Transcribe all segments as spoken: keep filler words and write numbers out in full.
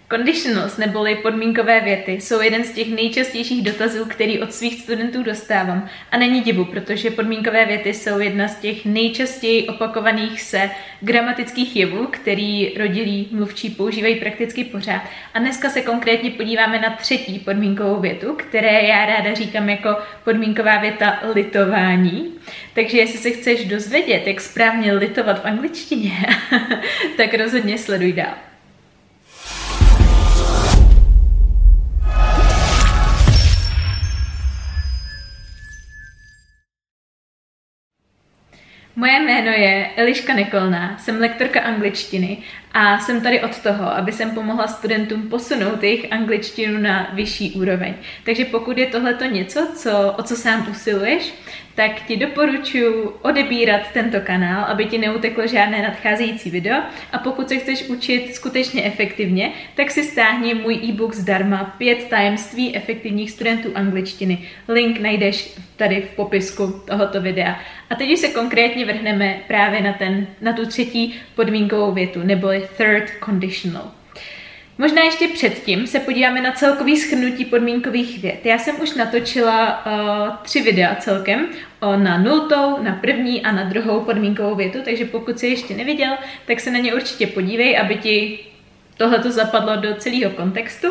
Conditionals neboli podmínkové věty jsou jeden z těch nejčastějších dotazů, který od svých studentů dostávám. A není divu, protože podmínkové věty jsou jedna z těch nejčastěji opakovaných se gramatických jevů, který rodilí mluvčí používají prakticky pořád. A dneska se konkrétně podíváme na třetí podmínkovou větu, které já ráda říkám jako podmínková věta litování. Takže jestli se chceš dozvědět, jak správně litovat v angličtině, tak rozhodně sleduj dál. Moje jméno je Eliška Nekolná, jsem lektorka angličtiny a jsem tady od toho, aby jsem pomohla studentům posunout jejich angličtinu na vyšší úroveň. Takže pokud je tohleto něco, co, o co sám usiluješ, tak ti doporučuji odebírat tento kanál, aby ti neuteklo žádné nadcházející video. A pokud se chceš učit skutečně efektivně, tak si stáhni můj e-book zdarma pět tajemství efektivních studentů angličtiny. Link najdeš tady v popisku tohoto videa. A teď už se konkrétně vrhneme právě na, ten, na tu třetí podmínkovou větu, neboli third conditional. Možná ještě předtím se podíváme na celkový shrnutí podmínkových vět. Já jsem už natočila uh, tři videa celkem o, na nultou, na první a na druhou podmínkovou větu, takže pokud jsi ještě neviděl, tak se na ně určitě podívej, aby ti tohleto zapadlo do celého kontextu.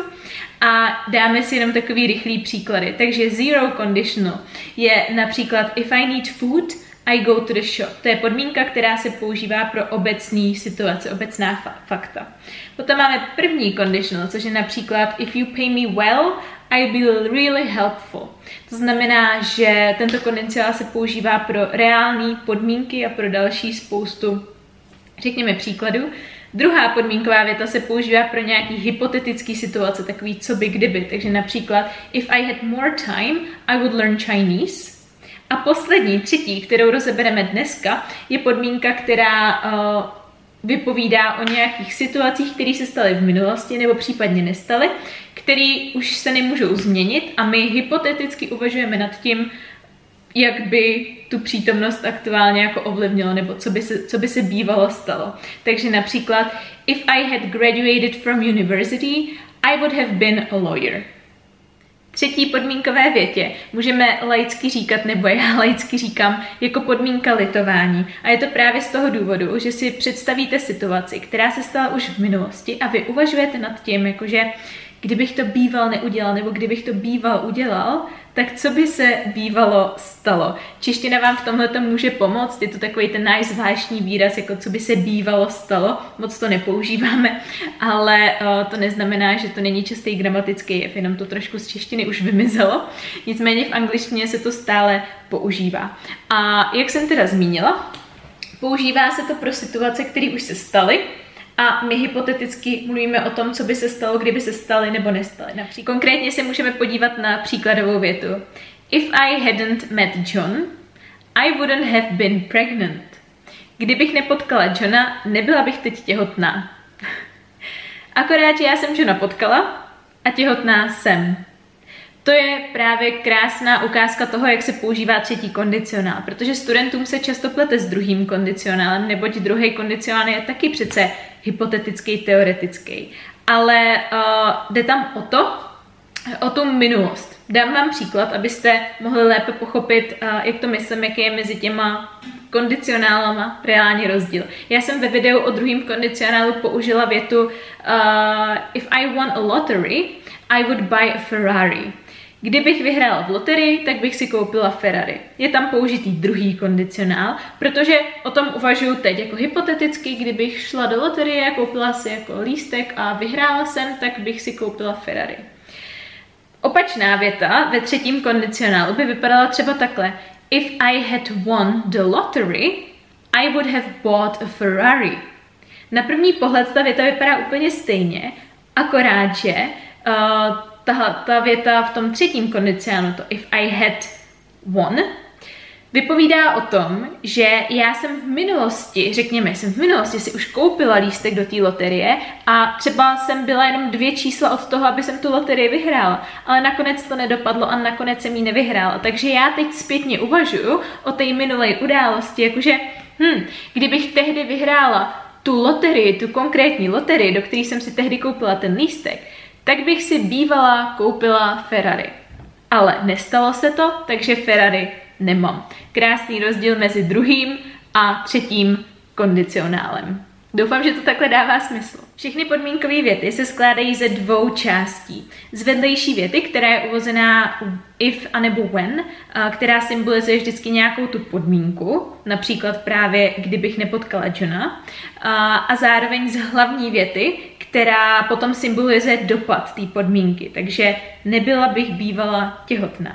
A dáme si jenom takový rychlý příklady. Takže zero conditional je například if I need food, I go to the shop. To je podmínka, která se používá pro obecné situace, obecná fa- fakta. Potom máme první conditional, což je například if you pay me well, I will be really helpful. To znamená, že tento kondicionál se používá pro reální podmínky a pro další spoustu, řekněme, příkladů. Druhá podmínková věta se používá pro nějaký hypotetický situace, takový co by kdyby. Takže například if I had more time, I would learn Chinese. A poslední, třetí, kterou rozebereme dneska, je podmínka, která uh, vypovídá o nějakých situacích, které se staly v minulosti nebo případně nestaly, které už se nemůžou změnit a my hypoteticky uvažujeme nad tím, jak by tu přítomnost aktuálně jako ovlivnilo, nebo co by, se, co by se bývalo stalo. Takže například if I had graduated from university, I would have been a lawyer. Třetí podmínkové větě můžeme laicky říkat, nebo já laicky říkám, jako podmínka litování. A je to právě z toho důvodu, že si představíte situaci, která se stala už v minulosti a vy uvažujete nad tím, jakože kdybych to býval neudělal, nebo kdybych to býval udělal, tak co by se bývalo stalo? Čeština vám v tomhle může pomoct, je to takový ten náš zvláštní výraz, jako co by se bývalo stalo, moc to nepoužíváme, ale uh, to neznamená, že to není častý gramatický jev, jenom to trošku z češtiny už vymizelo, nicméně v angličtině se to stále používá. A jak jsem teda zmínila, používá se to pro situace, které už se staly, a my hypoteticky mluvíme o tom, co by se stalo, kdyby se staly nebo nestaly. Například. Konkrétně se můžeme podívat na příkladovou větu. If I hadn't met John, I wouldn't have been pregnant. Kdybych nepotkala Johna, nebyla bych teď těhotná. Akorát, že já jsem Johna potkala a těhotná jsem. To je právě krásná ukázka toho, jak se používá třetí kondicionál, protože studentům se často plete s druhým kondicionálem, neboť druhý kondicionál je taky přece hypotetický, teoretický. Ale uh, jde tam o to, o tu minulost. Dám vám příklad, abyste mohli lépe pochopit, uh, jak to myslím, jaký je mezi těma kondicionálama reálný rozdíl. Já jsem ve videu o druhém kondicionálu použila větu uh, if I won a lottery, I would buy a Ferrari. Kdybych vyhrála v loterii, tak bych si koupila Ferrari. Je tam použitý druhý kondicionál, protože o tom uvažuji teď jako hypoteticky, kdybych šla do loterie, koupila si jako lístek a vyhrála jsem, tak bych si koupila Ferrari. Opačná věta ve třetím kondicionálu by vypadala třeba takhle. If I had won the lottery, I would have bought a Ferrari. Na první pohled ta věta vypadá úplně stejně, akorát, že uh, tahle ta věta v tom třetím kondicionálu, to if I had won, vypovídá o tom, že já jsem v minulosti, řekněme, jsem v minulosti si už koupila lístek do té loterie a třeba jsem byla jenom dvě čísla od toho, aby jsem tu loterii vyhrála, ale nakonec to nedopadlo a nakonec jsem ji nevyhrála. Takže já teď zpětně uvažuju o té minulé události, jakože hm, kdybych tehdy vyhrála tu loterii, tu konkrétní loterii, do které jsem si tehdy koupila ten lístek, tak bych si bývala koupila Ferrari. Ale nestalo se to, takže Ferrari nemám. Krásný rozdíl mezi druhým a třetím kondicionálem. Doufám, že to takhle dává smysl. Všechny podmínkové věty se skládají ze dvou částí. Z vedlejší věty, která je uvozená if anebo when, která symbolizuje vždycky nějakou tu podmínku, například právě kdybych nepotkala Johna, a zároveň z hlavní věty, která potom symbolizuje dopad té podmínky, takže nebyla bych bývala těhotná.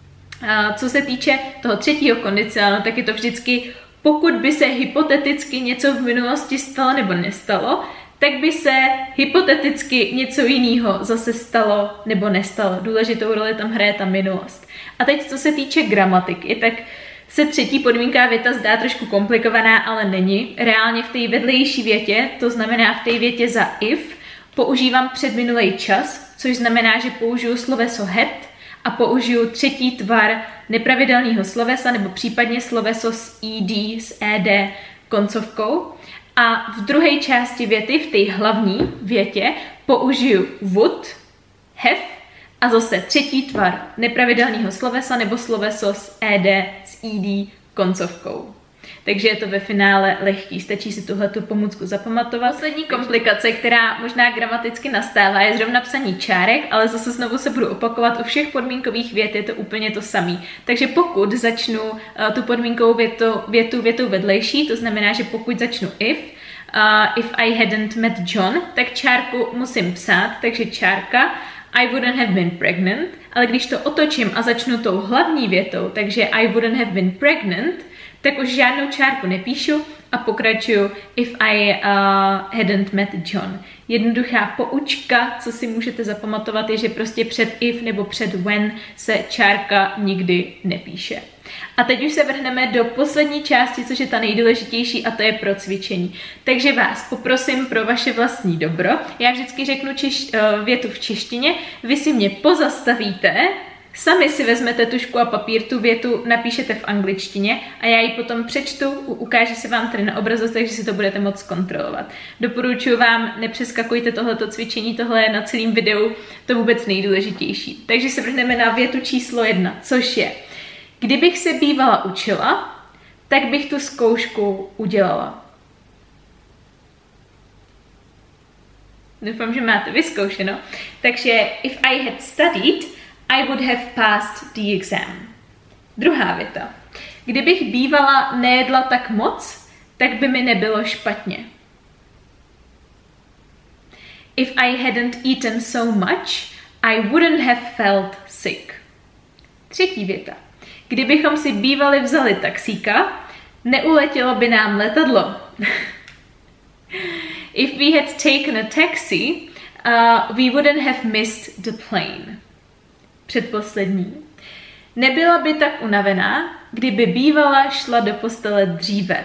Co se týče toho třetího kondicionálu, tak je to vždycky pokud by se hypoteticky něco v minulosti stalo nebo nestalo, tak by se hypoteticky něco jiného zase stalo nebo nestalo. Důležitou roli tam hraje ta minulost. A teď, co se týče gramatiky, tak se třetí podmínka věta zdá trošku komplikovaná, ale není. Reálně v té vedlejší větě, to znamená v té větě za if, používám předminulý čas, což znamená, že použiju sloveso had, a použiju třetí tvar nepravidelného slovesa nebo případně sloveso s ed, s ed koncovkou. A v druhé části věty, v té hlavní větě, použiju would, have a zase třetí tvar nepravidelného slovesa nebo sloveso s ed, s ed koncovkou. Takže je to ve finále lehký, stačí si tuhletu pomůcku zapamatovat. Poslední komplikace, která možná gramaticky nastává, je zrovna psaní čárek, ale zase znovu se budu opakovat, u všech podmínkových vět je to úplně to samé. Takže pokud začnu uh, tu podmínkovou větu, větu větou vedlejší, to znamená, že pokud začnu if, uh, if I hadn't met John, tak čárku musím psát, takže čárka I wouldn't have been pregnant, ale když to otočím a začnu tou hlavní větou, takže I wouldn't have been pregnant, tak už žádnou čárku nepíšu a pokračuju if I uh, hadn't met John. Jednoduchá poučka, co si můžete zapamatovat, je, že prostě před if nebo před when se čárka nikdy nepíše. A teď už se vrhneme do poslední části, což je ta nejdůležitější, a to je pro cvičení. Takže vás poprosím pro vaše vlastní dobro. Já vždycky řeknu čiš, uh, větu v češtině, vy si mě pozastavíte, sami si vezmete tužku a papír, tu větu napíšete v angličtině a já ji potom přečtu, ukážu se vám tady na obrazovce, takže si to budete moct kontrolovat. Doporučuji vám, nepřeskakujte tohleto cvičení, tohle je na celém videu to vůbec nejdůležitější. Takže se vrhneme na větu číslo jedna, což je, kdybych se bývala učila, tak bych tu zkoušku udělala. Doufám, že máte vyzkoušeno. Takže if I had studied, I would have passed the exam. Druhá věta. Kdybych bývala nejedla tak moc, tak by mi nebylo špatně. If I hadn't eaten so much, I wouldn't have felt sick. Třetí věta. Kdybychom si bývali vzali taxíka, neuletělo by nám letadlo. If we had taken a taxi, uh, we wouldn't have missed the plane. Předposlední. Nebyla by tak unavená, kdyby bývala šla do postele dříve.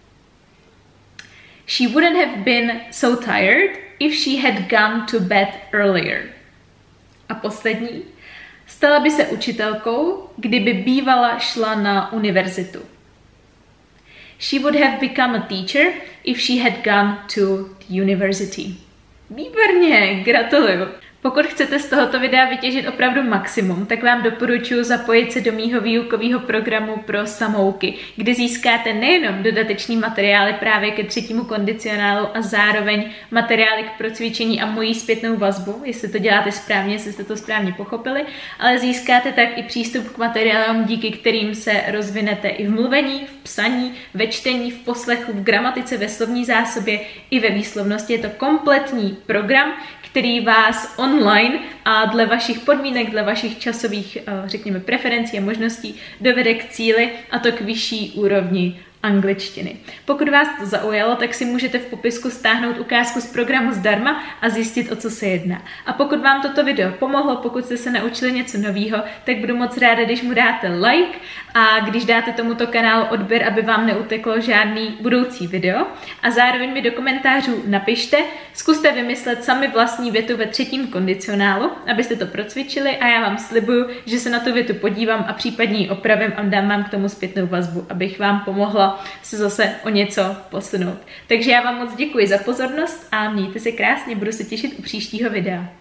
She wouldn't have been so tired if she had gone to bed earlier. A poslední. Stala by se učitelkou, kdyby bývala šla na univerzitu. She would have become a teacher if she had gone to the university. Výborně, gratuluju. Pokud chcete z tohoto videa vytěžit opravdu maximum, tak vám doporučuji zapojit se do mýho výukového programu pro samouky, kde získáte nejenom dodatečný materiály právě ke třetímu kondicionálu a zároveň materiály k procvičení a mojí zpětnou vazbu, jestli to děláte správně, jestli jste to správně pochopili, ale získáte tak i přístup k materiálům, díky kterým se rozvinete i v mluvení, v psaní, ve čtení, v poslechu, v gramatice, ve slovní zásobě i ve výslovnosti. Je to kompletní program, který vás online a dle vašich podmínek, dle vašich časových, řekněme, preferencí a možností dovede k cíli, a to k vyšší úrovni angličtiny. Pokud vás to zaujalo, tak si můžete v popisku stáhnout ukázku z programu zdarma a zjistit, o co se jedná. A pokud vám toto video pomohlo, pokud jste se naučili něco nového, tak budu moc ráda, když mu dáte like a když dáte tomuto kanálu odběr, aby vám neuteklo žádný budoucí video. A zároveň mi do komentářů napište, zkuste vymyslet sami vlastní větu ve třetím kondicionálu, abyste to procvičili, a já vám slibuju, že se na tu větu podívám a případně ji opravím a dám vám k tomu zpětnou vazbu, abych vám pomohla pomohlo se zase o něco posunout. Takže já vám moc děkuji za pozornost a mějte se krásně, budu se těšit u příštího videa.